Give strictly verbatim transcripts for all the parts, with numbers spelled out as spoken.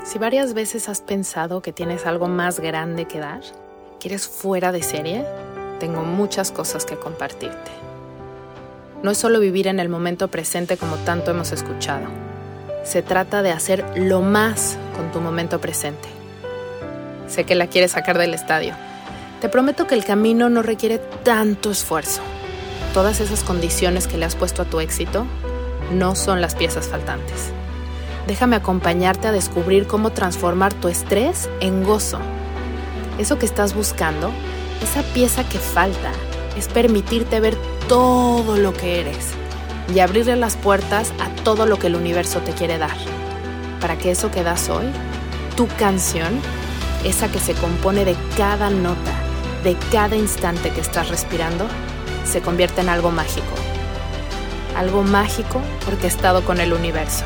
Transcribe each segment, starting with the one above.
Si varias veces has pensado que tienes algo más grande que dar, que eres fuera de serie, tengo muchas cosas que compartirte. No es solo vivir en el momento presente como tanto hemos escuchado. Se trata de hacer lo más con tu momento presente. Sé que la quieres sacar del estadio. Te prometo que el camino no requiere tanto esfuerzo. Todas esas condiciones que le has puesto a tu éxito no son las piezas faltantes. Déjame acompañarte a descubrir cómo transformar tu estrés en gozo. Eso que estás buscando, esa pieza que falta, es permitirte ver todo lo que eres y abrirle las puertas a todo lo que el universo te quiere dar. Para que eso que das hoy, tu canción, esa que se compone de cada nota, de cada instante que estás respirando, se convierta en algo mágico. Algo mágico orquestado con el universo.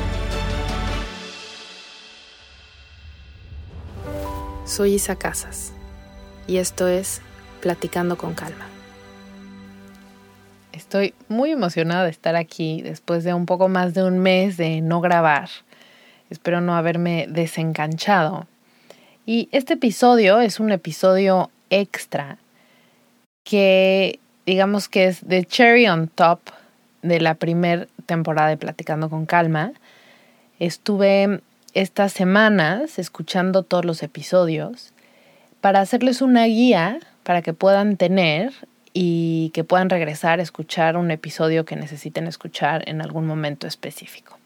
Soy Isa Casas y esto es Platicando con Calma. Estoy muy emocionada de estar aquí después de un poco más de un mes de no grabar. Espero no haberme desenganchado. Y este episodio es un episodio extra que digamos que es the cherry on top de la primera temporada de Platicando con Calma. Estuve estas semanas escuchando todos los episodios para hacerles una guía para que puedan tener y que puedan regresar a escuchar un episodio que necesiten escuchar en algún momento específico.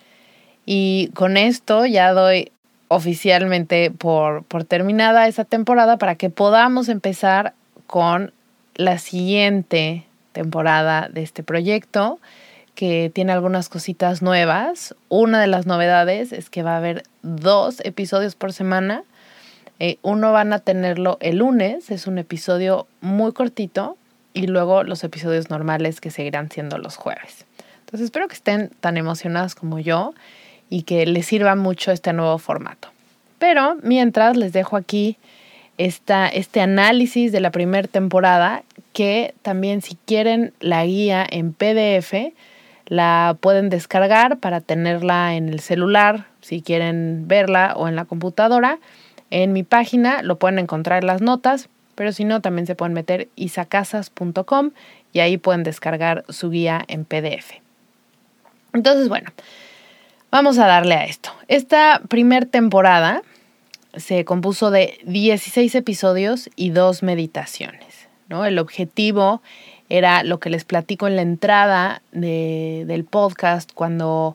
Y con esto ya doy oficialmente por, por terminada esa temporada para que podamos empezar con la siguiente temporada de este proyecto, que tiene algunas cositas nuevas. Una de las novedades es que va a haber dos episodios por semana. Eh, uno van a tenerlo el lunes, es un episodio muy cortito, y luego los episodios normales que seguirán siendo los jueves. Entonces espero que estén tan emocionadas como yo y que les sirva mucho este nuevo formato. Pero mientras les dejo aquí esta, este análisis de la primera temporada, que también si quieren la guía en P D F, la pueden descargar para tenerla en el celular, si quieren verla, o en la computadora. En mi página lo pueden encontrar en las notas, pero si no, también se pueden meter isa casas punto com y ahí pueden descargar su guía en P D F. Entonces, bueno, vamos a darle a esto. Esta primera temporada se compuso de dieciséis episodios y dos meditaciones, ¿no? El objetivo era lo que les platico en la entrada de, del podcast, cuando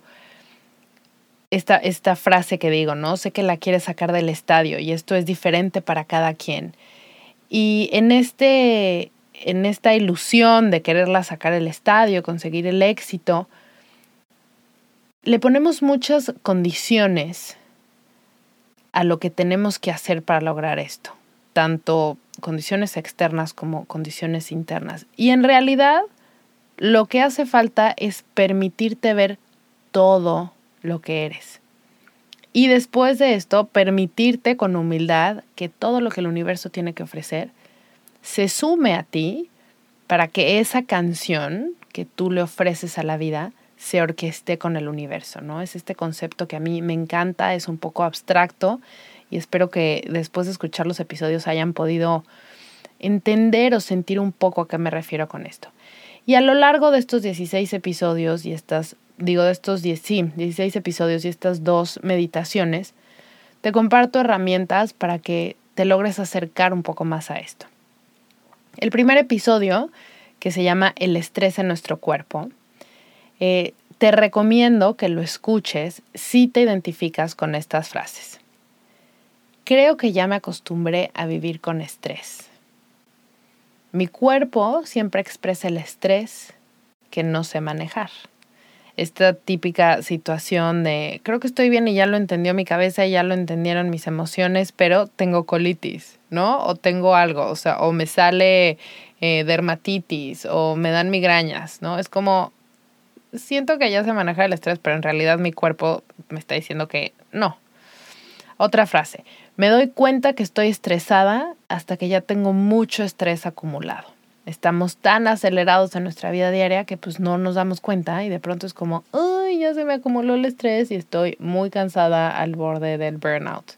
esta, esta frase que digo, ¿no? Sé que la quieres sacar del estadio y esto es diferente para cada quien. Y en, este, en esta ilusión de quererla sacar del estadio, conseguir el éxito, le ponemos muchas condiciones a lo que tenemos que hacer para lograr esto. Tanto condiciones externas como condiciones internas. Y en realidad, lo que hace falta es permitirte ver todo lo que eres. Y después de esto, permitirte con humildad que todo lo que el universo tiene que ofrecer se sume a ti para que esa canción que tú le ofreces a la vida se orqueste con el universo, ¿no? Es este concepto que a mí me encanta, es un poco abstracto, y espero que después de escuchar los episodios hayan podido entender o sentir un poco a qué me refiero con esto. Y a lo largo de estos dieciséis episodios y estas, digo de estos diez, sí, dieciséis episodios y estas dos meditaciones, te comparto herramientas para que te logres acercar un poco más a esto. El primer episodio, que se llama El estrés en nuestro cuerpo, eh, te recomiendo que lo escuches si te identificas con estas frases. Creo que ya me acostumbré a vivir con estrés. Mi cuerpo siempre expresa el estrés que no sé manejar. Esta típica situación de creo que estoy bien y ya lo entendió mi cabeza y ya lo entendieron mis emociones, pero tengo colitis, ¿no? O tengo algo, o sea, o me sale eh, dermatitis o me dan migrañas, ¿no? Es como, siento que ya sé manejar el estrés, pero en realidad mi cuerpo me está diciendo que no. Otra frase. Me doy cuenta que estoy estresada hasta que ya tengo mucho estrés acumulado. Estamos tan acelerados en nuestra vida diaria que pues no nos damos cuenta y de pronto es como, ¡ay, ya se me acumuló el estrés y estoy muy cansada al borde del burnout!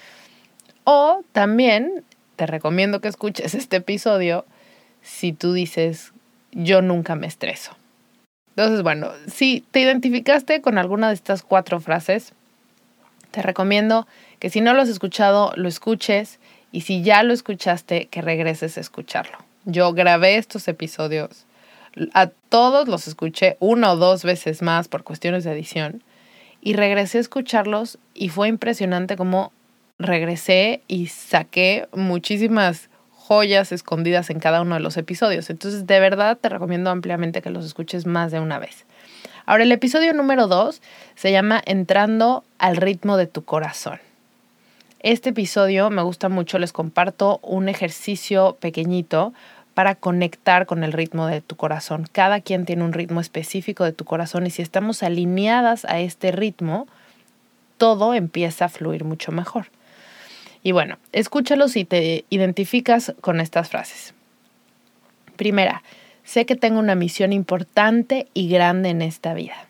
O también te recomiendo que escuches este episodio si tú dices, yo nunca me estreso. Entonces, bueno, si te identificaste con alguna de estas cuatro frases, te recomiendo que si no lo has escuchado, lo escuches y si ya lo escuchaste, que regreses a escucharlo. Yo grabé estos episodios, a todos los escuché una o dos veces más por cuestiones de edición y regresé a escucharlos y fue impresionante cómo regresé y saqué muchísimas joyas escondidas en cada uno de los episodios. Entonces, de verdad te recomiendo ampliamente que los escuches más de una vez. Ahora, el episodio número dos se llama Entrando al ritmo de tu corazón. Este episodio me gusta mucho, les comparto un ejercicio pequeñito para conectar con el ritmo de tu corazón. Cada quien tiene un ritmo específico de tu corazón y si estamos alineadas a este ritmo, todo empieza a fluir mucho mejor. Y bueno, escúchalo si te identificas con estas frases. Primera, sé que tengo una misión importante y grande en esta vida.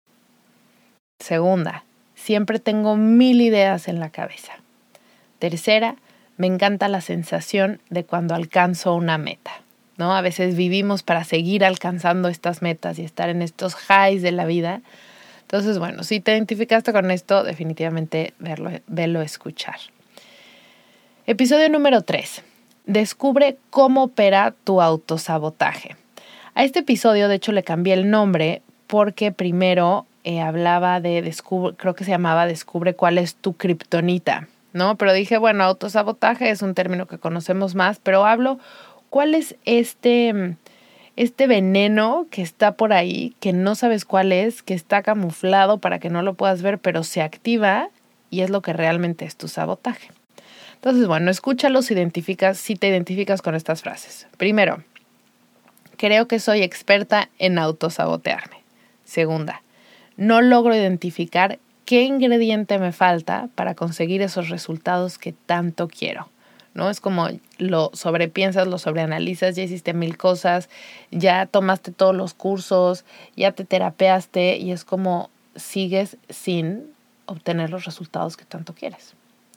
Segunda, siempre tengo mil ideas en la cabeza. Tercera, me encanta la sensación de cuando alcanzo una meta, ¿no? A veces vivimos para seguir alcanzando estas metas y estar en estos highs de la vida. Entonces, bueno, si te identificaste con esto, definitivamente verlo, velo escuchar. Episodio número tres. Descubre cómo opera tu autosabotaje. A este episodio, de hecho, le cambié el nombre porque primero eh, hablaba de, descubre, creo que se llamaba Descubre cuál es tu kriptonita, ¿no? Pero dije, bueno, autosabotaje es un término que conocemos más, pero hablo, ¿cuál es este, este veneno que está por ahí, que no sabes cuál es, que está camuflado para que no lo puedas ver, pero se activa y es lo que realmente es tu sabotaje? Entonces, bueno, escúchalo si, identificas, si te identificas con estas frases. Primero, creo que soy experta en autosabotearme. Segunda, no logro identificar qué ingrediente me falta para conseguir esos resultados que tanto quiero, ¿no? Es como lo sobrepiensas, lo sobreanalizas, ya hiciste mil cosas, ya tomaste todos los cursos, ya te terapeaste y es como sigues sin obtener los resultados que tanto quieres.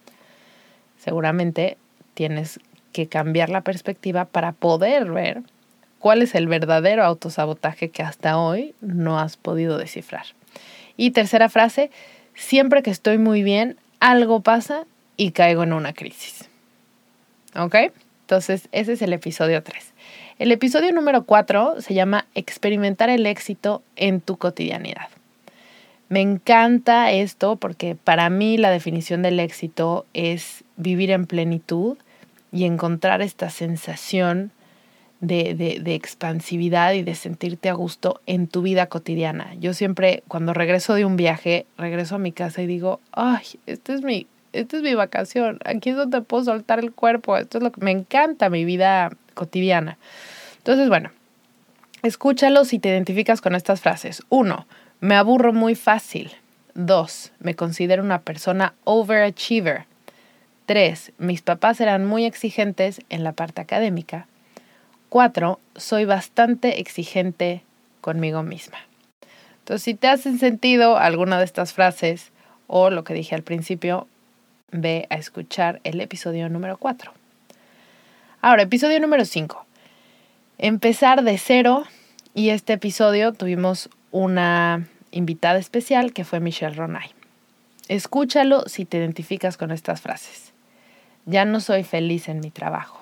Seguramente tienes que cambiar la perspectiva para poder ver cuál es el verdadero autosabotaje que hasta hoy no has podido descifrar. Y tercera frase, siempre que estoy muy bien, algo pasa y caigo en una crisis. ¿Ok? Entonces, ese es el episodio tres. El episodio número cuatro se llama Experimentar el éxito en tu cotidianidad. Me encanta esto porque para mí la definición del éxito es vivir en plenitud y encontrar esta sensación de, de, de expansividad y de sentirte a gusto en tu vida cotidiana. Yo siempre, cuando regreso de un viaje, regreso a mi casa y digo, ay, esta es mi, esta es mi vacación, aquí es donde puedo soltar el cuerpo, esto es lo que me encanta, mi vida cotidiana. Entonces, bueno, escúchalo si te identificas con estas frases. Uno, me aburro muy fácil. Dos, me considero una persona overachiever. Tres, mis papás eran muy exigentes en la parte académica. Cuatro, soy bastante exigente conmigo misma. Entonces, si te hacen sentido alguna de estas frases o lo que dije al principio, ve a escuchar el episodio número cuatro. Ahora, episodio número cinco. Empezar de cero. Y este episodio tuvimos una invitada especial que fue Michelle Ronay. Escúchalo si te identificas con estas frases. Ya no soy feliz en mi trabajo.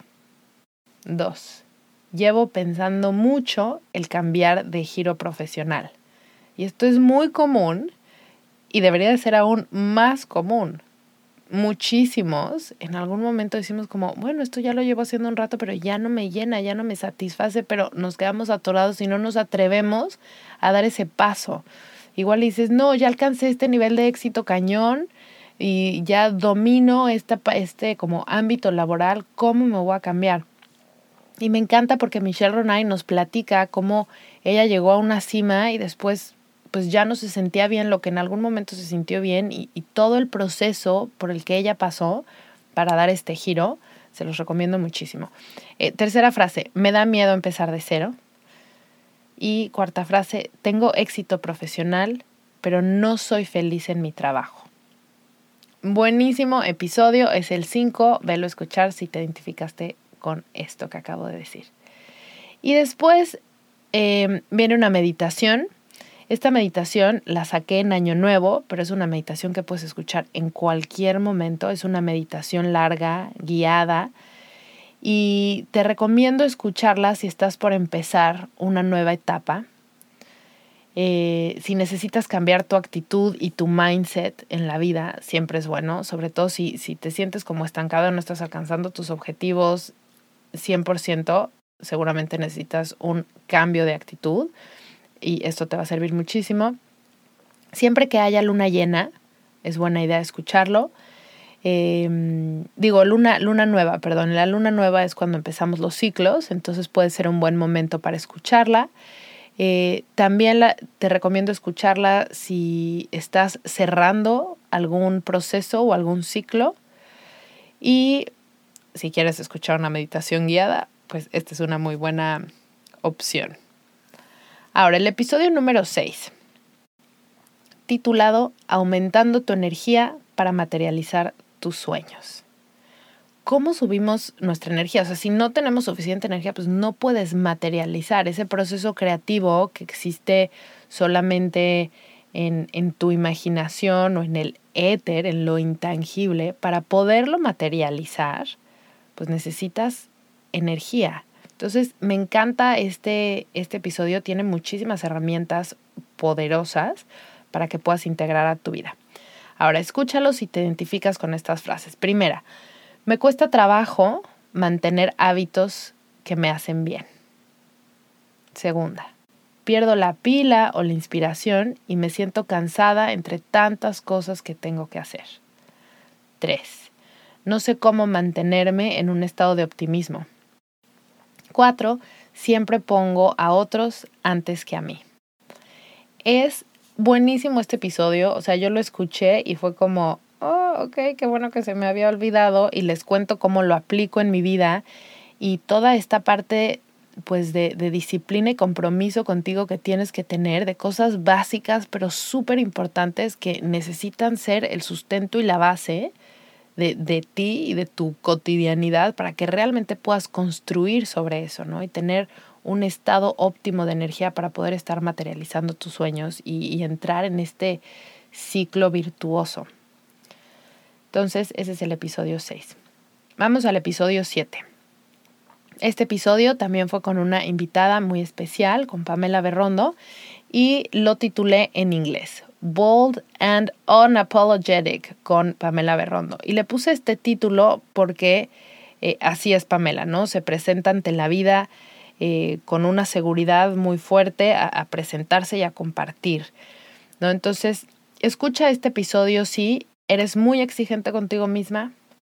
Dos. Llevo pensando mucho el cambiar de giro profesional. Y esto es muy común y debería de ser aún más común. Muchísimos en algún momento decimos como, bueno, esto ya lo llevo haciendo un rato, pero ya no me llena, ya no me satisface, pero nos quedamos atorados y no nos atrevemos a dar ese paso. Igual dices, no, ya alcancé este nivel de éxito cañón y ya domino esta, este como ámbito laboral, ¿cómo me voy a cambiar? Y me encanta porque Michelle Ronay nos platica cómo ella llegó a una cima y después pues ya no se sentía bien lo que en algún momento se sintió bien y, y todo el proceso por el que ella pasó para dar este giro Se los recomiendo muchísimo. Eh, tercera frase, me da miedo empezar de cero. Y cuarta frase, tengo éxito profesional, pero no soy feliz en mi trabajo. Buenísimo episodio, es el cinco, velo a escuchar si te identificaste con esto que acabo de decir. Y después eh, viene una meditación. Esta meditación la saqué en Año Nuevo, pero es una meditación que puedes escuchar en cualquier momento. Es una meditación larga, guiada, y te recomiendo escucharla si estás por empezar una nueva etapa. Eh, si necesitas cambiar tu actitud y tu mindset en la vida, siempre es bueno, sobre todo si, si te sientes como estancado, no estás alcanzando tus objetivos cien por ciento, seguramente necesitas un cambio de actitud. Y esto te va a servir muchísimo. Siempre que haya luna llena, es buena idea escucharlo. Eh, digo, luna, luna nueva, perdón. La luna nueva es cuando empezamos los ciclos, entonces puede ser un buen momento para escucharla. Eh, también la, te recomiendo escucharla si estás cerrando algún proceso o algún ciclo. Y si quieres escuchar una meditación guiada, pues esta es una muy buena opción. Ahora, el episodio número seis, titulado Aumentando tu energía para materializar tus sueños. ¿Cómo subimos nuestra energía? O sea, si no tenemos suficiente energía, pues no puedes materializar ese proceso creativo que existe solamente en, en tu imaginación o en el éter, en lo intangible. Para poderlo materializar, pues necesitas energía. Entonces, me encanta este, este episodio, tiene muchísimas herramientas poderosas para que puedas integrar a tu vida. Ahora, escúchalo si te identificas con estas frases. Primera, me cuesta trabajo mantener hábitos que me hacen bien. Segunda, pierdo la pila o la inspiración y me siento cansada entre tantas cosas que tengo que hacer. Tres, no sé cómo mantenerme en un estado de optimismo. Cuatro, siempre pongo a otros antes que a mí. Es buenísimo este episodio, o sea, yo lo escuché y fue como, oh, ok, qué bueno que se me había olvidado, y les cuento cómo lo aplico en mi vida y toda esta parte pues de, de disciplina y compromiso contigo que tienes que tener, de cosas básicas pero súper importantes que necesitan ser el sustento y la base De, de ti y de tu cotidianidad para que realmente puedas construir sobre eso, ¿no? Y tener un estado óptimo de energía para poder estar materializando tus sueños y, y entrar en este ciclo virtuoso. Entonces, ese es el episodio seis. Vamos al episodio siete. Este episodio también fue con una invitada muy especial, con Pamela Berrondo, y lo titulé en inglés, Bold and Unapologetic, con Pamela Berrondo. Y le puse este título porque eh, así es Pamela, ¿no? Se presenta ante la vida eh, con una seguridad muy fuerte a, a presentarse y a compartir, ¿no? Entonces, escucha este episodio si eres muy exigente contigo misma,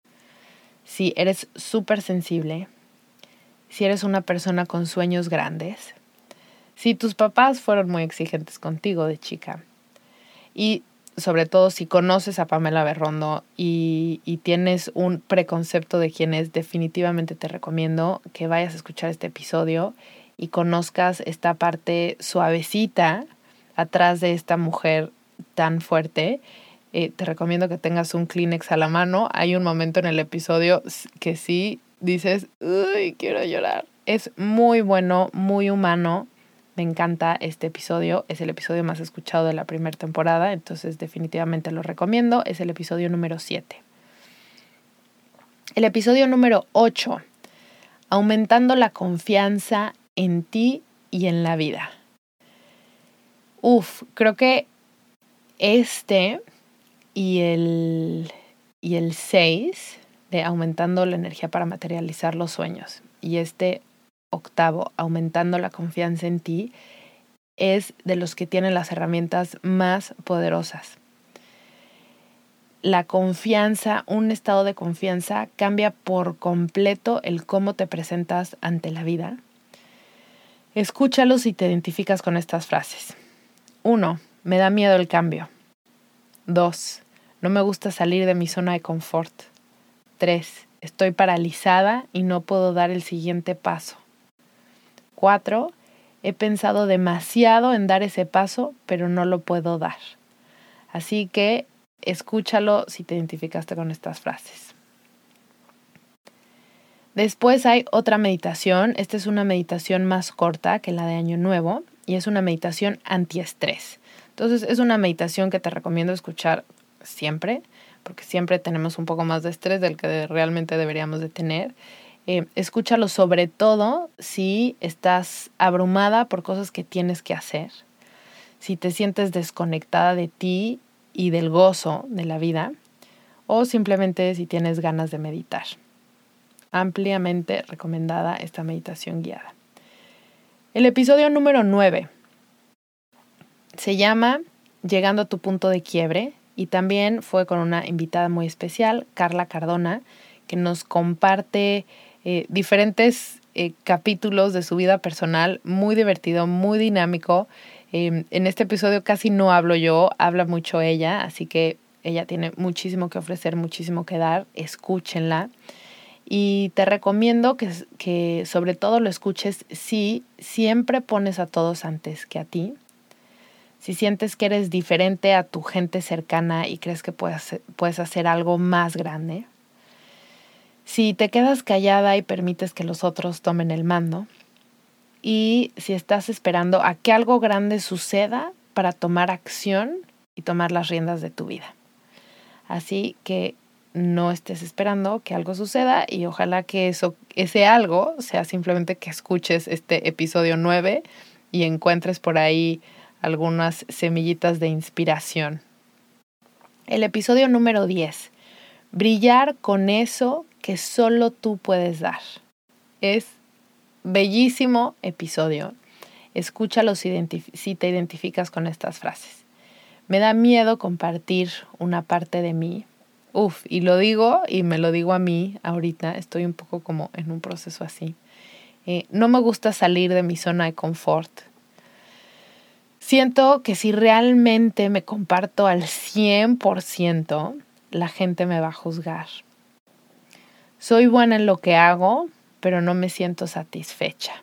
si eres súper sensible, si eres una persona con sueños grandes, si tus papás fueron muy exigentes contigo de chica, y sobre todo si conoces a Pamela Berrondo y, y tienes un preconcepto de quién es, definitivamente te recomiendo que vayas a escuchar este episodio y conozcas esta parte suavecita atrás de esta mujer tan fuerte. Eh, te recomiendo que tengas un Kleenex a la mano. Hay un momento en el episodio que sí dices, uy, quiero llorar. Es muy bueno, muy humano. Me encanta este episodio. Es el episodio más escuchado de la primera temporada, entonces definitivamente lo recomiendo. Es el episodio número siete. El episodio número ocho. Aumentando la confianza en ti y en la vida. Uf, creo que este y el, y el seis de aumentando la energía para materializar los sueños, y este octavo, aumentando la confianza en ti, es de los que tienen las herramientas más poderosas. La confianza, un estado de confianza, cambia por completo el cómo te presentas ante la vida. Escúchalo si te identificas con estas frases. Uno, me da miedo el cambio. Dos, no me gusta salir de mi zona de confort. Tres, Estoy paralizada y no puedo dar el siguiente paso. Cuatro, he pensado demasiado en dar ese paso, pero no lo puedo dar. Así que escúchalo si te identificaste con estas frases. Después hay otra meditación. Esta es una meditación más corta que la de Año Nuevo y es una meditación antiestrés. Entonces es una meditación que te recomiendo escuchar siempre, porque siempre tenemos un poco más de estrés del que realmente deberíamos de tener. Eh, escúchalo sobre todo si estás abrumada por cosas que tienes que hacer, si te sientes desconectada de ti y del gozo de la vida, o simplemente si tienes ganas de meditar. Ampliamente recomendada esta meditación guiada. El episodio número nueve se llama Llegando a tu punto de quiebre y también fue con una invitada muy especial, Carla Cardona, que nos comparte eh, diferentes eh, capítulos de su vida personal, muy divertido, muy dinámico. Eh, en este episodio casi no hablo yo, habla mucho ella, así que ella tiene muchísimo que ofrecer, muchísimo que dar, escúchenla. Y te recomiendo que, que sobre todo lo escuches si siempre pones a todos antes que a ti. Si sientes que eres diferente a tu gente cercana y crees que puedes, puedes hacer algo más grande. Si te quedas callada y permites que los otros tomen el mando. Y si estás esperando a que algo grande suceda para tomar acción y tomar las riendas de tu vida. Así que no estés esperando que algo suceda y ojalá que eso, ese algo sea simplemente que escuches este episodio nueve y encuentres por ahí algunas semillitas de inspiración. El episodio número diez. Brillar con eso que solo tú puedes dar. Es bellísimo episodio. Escúchalo si, identif- si te identificas con estas frases. Me da miedo compartir una parte de mí. Uf, y lo digo y me lo digo a mí ahorita. Estoy un poco como en un proceso así. Eh, no me gusta salir de mi zona de confort. Siento que si realmente me comparto al cien por ciento, la gente me va a juzgar. Soy buena en lo que hago, pero no me siento satisfecha.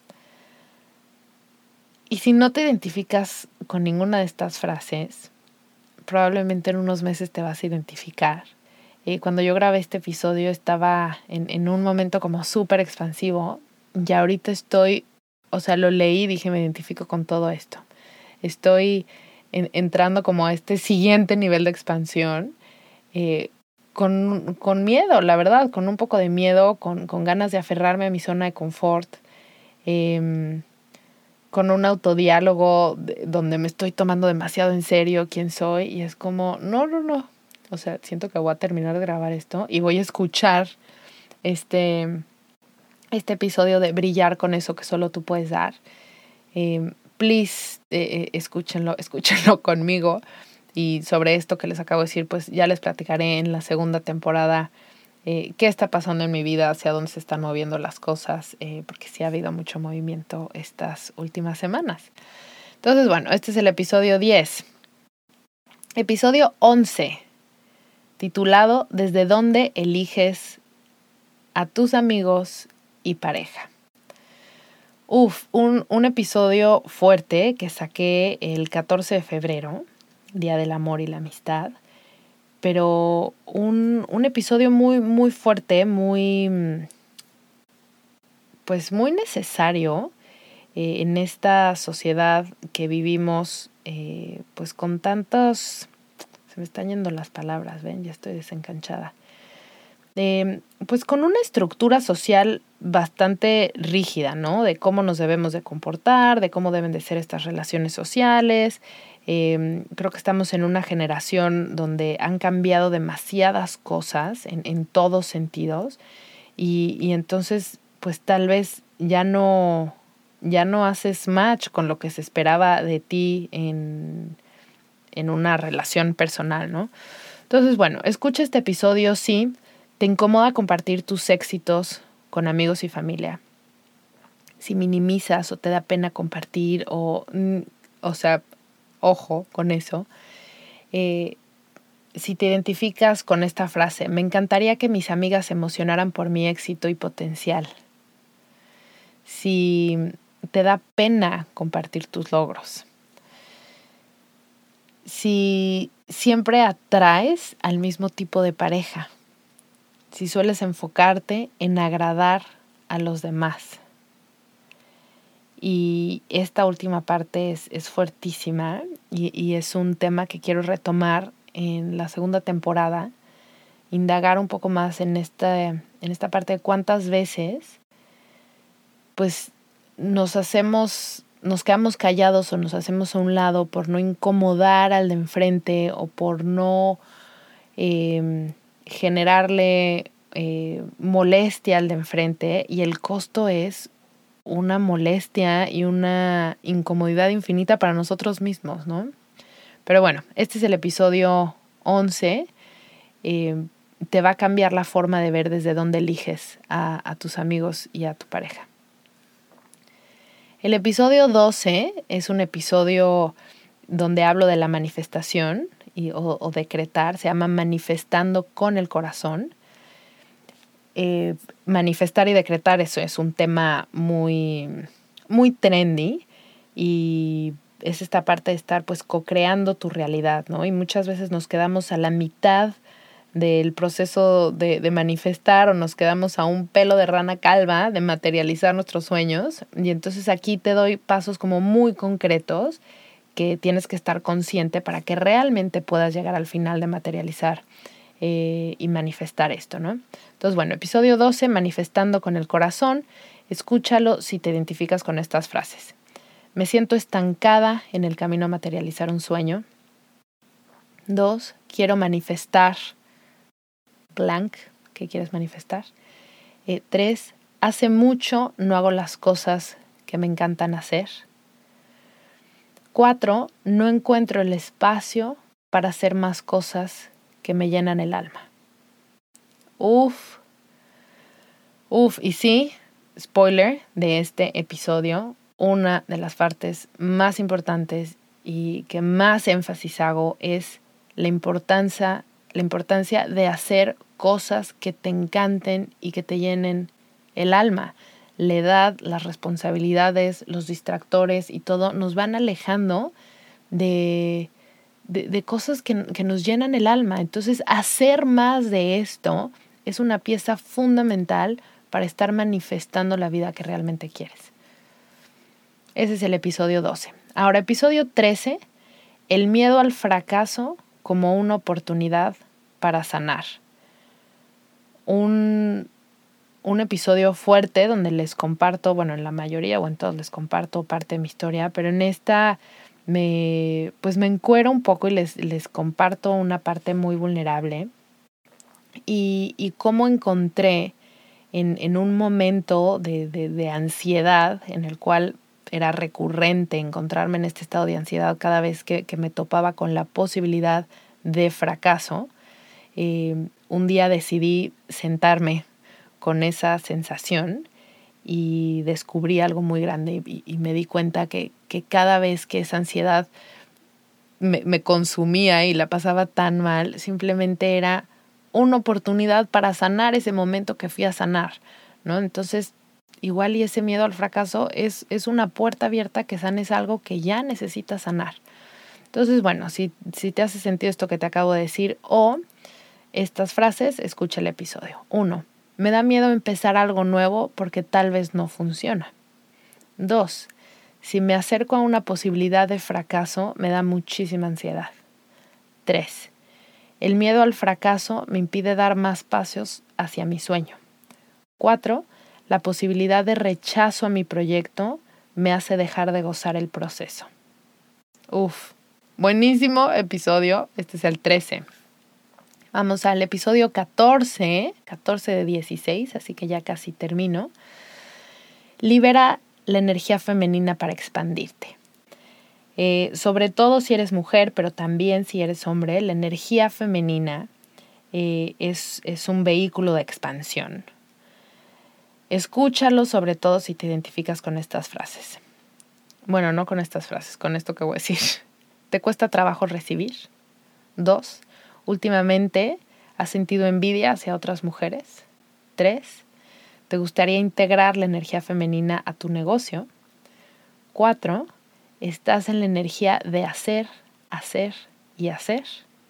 Y si no te identificas con ninguna de estas frases, probablemente en unos meses te vas a identificar. Eh, cuando yo grabé este episodio estaba en, en un momento como súper expansivo y ahorita estoy, o sea, lo leí y dije, me identifico con todo esto. Estoy en, entrando como a este siguiente nivel de expansión eh, con, con miedo, la verdad, con un poco de miedo, con, con ganas de aferrarme a mi zona de confort, eh, con un autodiálogo de, donde me estoy tomando demasiado en serio quién soy y es como, no, no, no. O sea, siento que voy a terminar de grabar esto y voy a escuchar este, este episodio de Brillar con eso que solo tú puedes dar. Eh, please, eh, escúchenlo, escúchenlo conmigo. Y sobre esto que les acabo de decir, pues ya les platicaré en la segunda temporada eh, qué está pasando en mi vida, hacia dónde se están moviendo las cosas, eh, porque sí ha habido mucho movimiento estas últimas semanas. Entonces, bueno, este es el episodio diez. Episodio once, titulado ¿Desde dónde eliges a tus amigos y pareja? Uf, un, un episodio fuerte que saqué el catorce de febrero, Día del Amor y la Amistad, pero un, un episodio muy, muy fuerte, muy, pues muy necesario eh, en esta sociedad que vivimos, eh, pues con tantos, se me están yendo las palabras, ven, ya estoy desencanchada. Eh, pues con una estructura social bastante rígida, ¿no? De cómo nos debemos de comportar, de cómo deben de ser estas relaciones sociales. Eh, creo que estamos en una generación donde han cambiado demasiadas cosas en, en todos sentidos y, y entonces pues tal vez ya no, ya no haces match con lo que se esperaba de ti en, en una relación personal, ¿no? Entonces, bueno, escucha este episodio sí. ¿Te incomoda compartir tus éxitos con amigos y familia? Si minimizas o te da pena compartir o, o sea, ojo con eso. Eh, si te identificas con esta frase, me encantaría que mis amigas se emocionaran por mi éxito y potencial. Si te da pena compartir tus logros. Si siempre atraes al mismo tipo de pareja. Si sueles enfocarte en agradar a los demás. Y esta última parte es, es fuertísima y, y es un tema que quiero retomar en la segunda temporada, indagar un poco más en esta, en esta parte de cuántas veces pues nos hacemos, nos quedamos callados o nos hacemos a un lado por no incomodar al de enfrente o por no eh, generarle eh, molestia al de enfrente, y el costo es una molestia y una incomodidad infinita para nosotros mismos, ¿no? Pero bueno, este es el episodio once. Eh, te va a cambiar la forma de ver desde dónde eliges a, a tus amigos y a tu pareja. El episodio doce es un episodio donde hablo de la manifestación y, o, o decretar. Se llama Manifestando con el Corazón. Eh, manifestar y decretar, eso es un tema muy, muy trendy y es esta parte de estar pues co-creando tu realidad, ¿no? Y muchas veces nos quedamos a la mitad del proceso de, de manifestar o nos quedamos a un pelo de rana calva de materializar nuestros sueños, y entonces aquí te doy pasos como muy concretos que tienes que estar consciente para que realmente puedas llegar al final de materializar eh, y manifestar esto, ¿no? Entonces, bueno, episodio doce, Manifestando con el Corazón. Escúchalo si te identificas con estas frases. Me siento estancada en el camino a materializar un sueño. Dos, quiero manifestar blank. ¿Qué quieres manifestar? Eh, tres, hace mucho no hago las cosas que me encantan hacer. Cuatro, no encuentro el espacio para hacer más cosas que me llenan el alma. Uf, uf, y sí, spoiler de este episodio, una de las partes más importantes y que más énfasis hago es la importancia, la importancia de hacer cosas que te encanten y que te llenen el alma. La edad, las responsabilidades, los distractores y todo nos van alejando de, de, de cosas que, que nos llenan el alma. Entonces, hacer más de esto es una pieza fundamental para estar manifestando la vida que realmente quieres. Ese es el episodio doce. Ahora, episodio trece, el miedo al fracaso como una oportunidad para sanar. Un, un episodio fuerte donde les comparto, bueno, en la mayoría o en todos les comparto parte de mi historia, pero en esta me, pues me encuero un poco y les, les comparto una parte muy vulnerable y, y cómo encontré en, en un momento de, de, de ansiedad en el cual era recurrente encontrarme en este estado de ansiedad cada vez que, que me topaba con la posibilidad de fracaso. Eh, un día decidí sentarme con esa sensación y descubrí algo muy grande y, y me di cuenta que, que cada vez que esa ansiedad me, me consumía y la pasaba tan mal, simplemente era una oportunidad para sanar ese momento que fui a sanar, ¿no? Entonces, igual y ese miedo al fracaso es, es una puerta abierta que sanes algo que ya necesitas sanar. Entonces, bueno, si, si te hace sentido esto que te acabo de decir o estas frases, escucha el episodio. Uno, me da miedo empezar algo nuevo porque tal vez no funciona. Dos, si me acerco a una posibilidad de fracaso, me da muchísima ansiedad. Tres, el miedo al fracaso me impide dar más pasos hacia mi sueño. Cuatro, la posibilidad de rechazo a mi proyecto me hace dejar de gozar el proceso. Uf, buenísimo episodio. Este es el trece. Vamos al episodio catorce, catorce de dieciséis, así que ya casi termino. Libera la energía femenina para expandirte. Eh, sobre todo si eres mujer, pero también si eres hombre, la energía femenina eh, es, es un vehículo de expansión. Escúchalo, sobre todo si te identificas con estas frases. Bueno, no con estas frases, con esto que voy a decir. ¿Te cuesta trabajo recibir? Dos, Últimamente, ¿has sentido envidia hacia otras mujeres? Tres, ¿te gustaría integrar la energía femenina a tu negocio? Cuatro, ¿estás en la energía de hacer, hacer y hacer?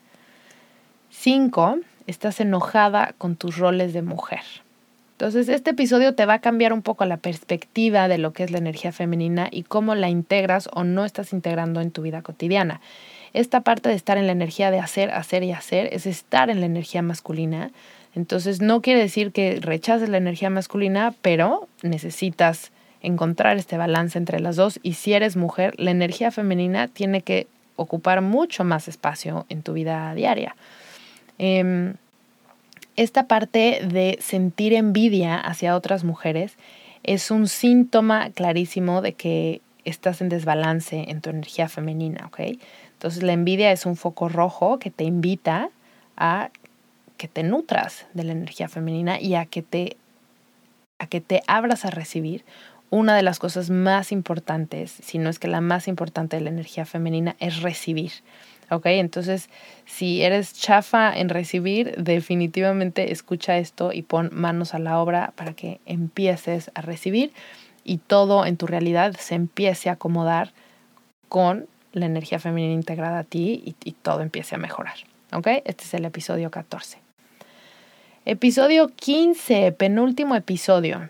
Cinco, ¿estás enojada con tus roles de mujer? Entonces, este episodio te va a cambiar un poco la perspectiva de lo que es la energía femenina y cómo la integras o no estás integrando en tu vida cotidiana. Esta parte de estar en la energía de hacer, hacer y hacer es estar en la energía masculina. Entonces, no quiere decir que rechaces la energía masculina, pero necesitas encontrar este balance entre las dos. Y si eres mujer, la energía femenina tiene que ocupar mucho más espacio en tu vida diaria. Eh, Esta parte de sentir envidia hacia otras mujeres es un síntoma clarísimo de que estás en desbalance en tu energía femenina, ¿ok? Entonces la envidia es un foco rojo que te invita a que te nutras de la energía femenina y a que te, a que te abras a recibir. Una de las cosas más importantes, si no es que la más importante de la energía femenina, es recibir. ¿Ok? Entonces, si eres chafa en recibir, definitivamente escucha esto y pon manos a la obra para que empieces a recibir y todo en tu realidad se empiece a acomodar con la energía femenina integrada a ti y, y todo empiece a mejorar. ¿Ok? Este es el episodio catorce. Episodio quince, penúltimo episodio.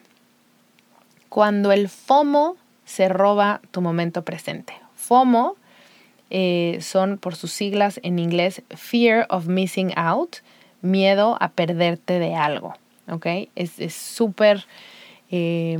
Cuando el FOMO se roba tu momento presente. FOMO Eh, son por sus siglas en inglés Fear of Missing Out, miedo a perderte de algo, ¿ok? Es súper eh,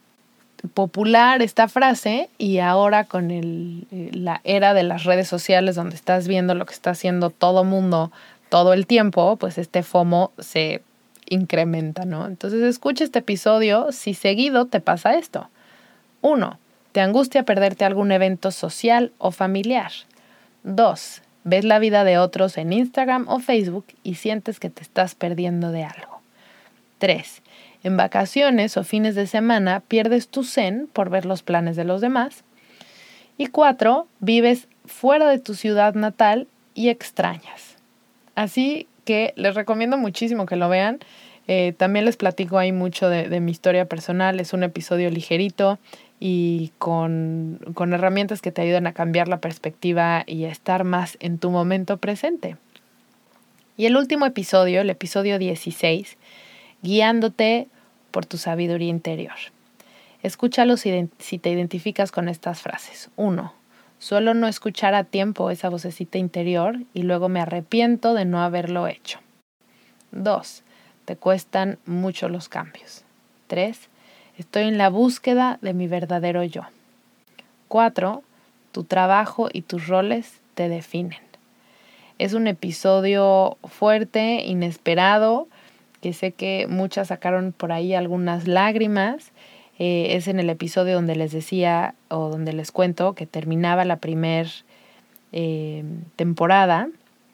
popular esta frase y ahora con el, eh, la era de las redes sociales donde estás viendo lo que está haciendo todo mundo todo el tiempo, pues este FOMO se incrementa, ¿no? Entonces escucha este episodio si seguido te pasa esto. Uno, ¿te angustia perderte algún evento social o familiar? Dos, ves la vida de otros en Instagram o Facebook y sientes que te estás perdiendo de algo. Tres, en vacaciones o fines de semana pierdes tu zen por ver los planes de los demás. Y cuatro, vives fuera de tu ciudad natal y extrañas. Así que les recomiendo muchísimo que lo vean. Eh, también les platico ahí mucho de, de mi historia personal. Es un episodio ligerito y con, con herramientas que te ayudan a cambiar la perspectiva y a estar más en tu momento presente. Y el último episodio, el episodio dieciséis, guiándote por tu sabiduría interior. Escúchalo si, si te identificas con estas frases. Uno, suelo no escuchar a tiempo esa vocecita interior y luego me arrepiento de no haberlo hecho. Dos, te cuestan mucho los cambios. Tres, estoy en la búsqueda de mi verdadero yo. Cuatro, tu trabajo y tus roles te definen. Es un episodio fuerte, inesperado, que sé que muchas sacaron por ahí algunas lágrimas. Eh, es en el episodio donde les decía o donde les cuento que terminaba la primer eh, temporada,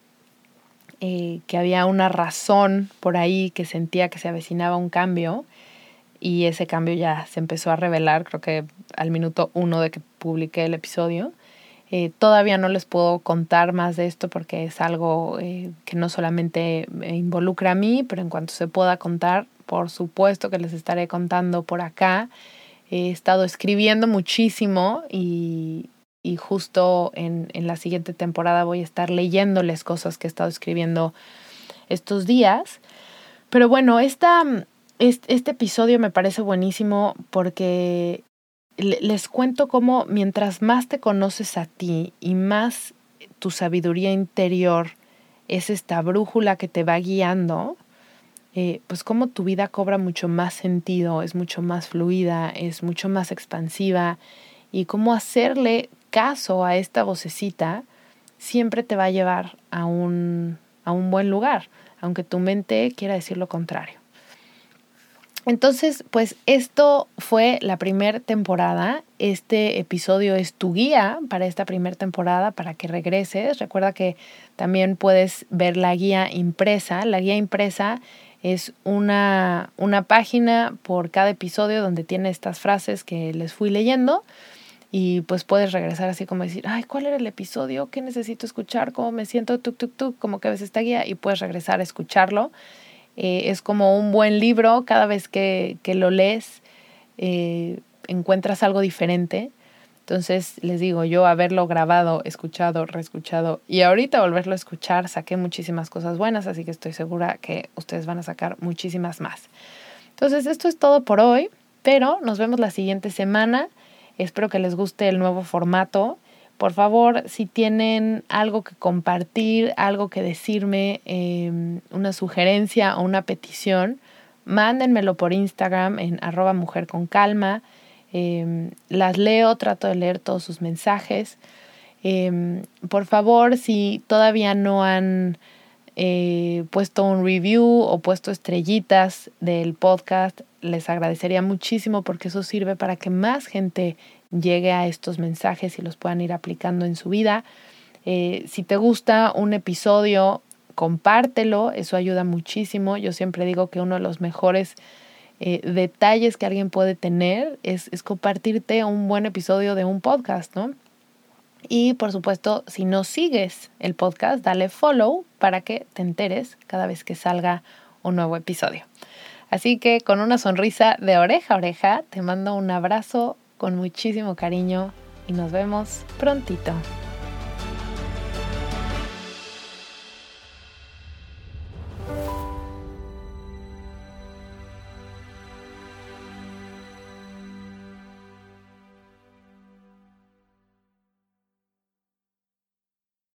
eh, que había una razón por ahí que sentía que se avecinaba un cambio. Y ese cambio ya se empezó a revelar, creo que al minuto uno de que publiqué el episodio. Eh, todavía no les puedo contar más de esto porque es algo eh, que no solamente me involucra a mí, pero en cuanto se pueda contar, por supuesto que les estaré contando por acá. He estado escribiendo muchísimo y, y justo en, en la siguiente temporada voy a estar leyéndoles cosas que he estado escribiendo estos días. Pero bueno, esta... Este, este episodio me parece buenísimo porque les cuento cómo mientras más te conoces a ti y más tu sabiduría interior es esta brújula que te va guiando, eh, pues cómo tu vida cobra mucho más sentido, es mucho más fluida, es mucho más expansiva y cómo hacerle caso a esta vocecita siempre te va a llevar a un, a un buen lugar, aunque tu mente quiera decir lo contrario. Entonces, pues esto fue la primera temporada. Este episodio es tu guía para esta primera temporada para que regreses. Recuerda que también puedes ver la guía impresa. La guía impresa es una, una página por cada episodio donde tiene estas frases que les fui leyendo y pues puedes regresar así como decir, ay, ¿cuál era el episodio? ¿Qué necesito escuchar? ¿Cómo me siento? Tuk, tuk, tuk, como que ves esta guía y puedes regresar a escucharlo. Eh, es como un buen libro, cada vez que, que lo lees eh, encuentras algo diferente. Entonces, les digo, yo haberlo grabado, escuchado, reescuchado y ahorita volverlo a escuchar, saqué muchísimas cosas buenas, así que estoy segura que ustedes van a sacar muchísimas más. Entonces, esto es todo por hoy, pero nos vemos la siguiente semana. Espero que les guste el nuevo formato. Por favor, si tienen algo que compartir, algo que decirme, eh, una sugerencia o una petición, mándenmelo por Instagram en arroba mujer con calma. Eh, las leo, trato de leer todos sus mensajes. Eh, por favor, si todavía no han eh, puesto un review o puesto estrellitas del podcast, les agradecería muchísimo porque eso sirve para que más gente llegue a estos mensajes y los puedan ir aplicando en su vida. Eh, si te gusta un episodio, compártelo, eso ayuda muchísimo. Yo siempre digo que uno de los mejores eh, detalles que alguien puede tener es, es compartirte un buen episodio de un podcast, ¿no? Y por supuesto, si no sigues el podcast, dale follow para que te enteres cada vez que salga un nuevo episodio. Así que con una sonrisa de oreja a oreja, te mando un abrazo con muchísimo cariño y nos vemos prontito.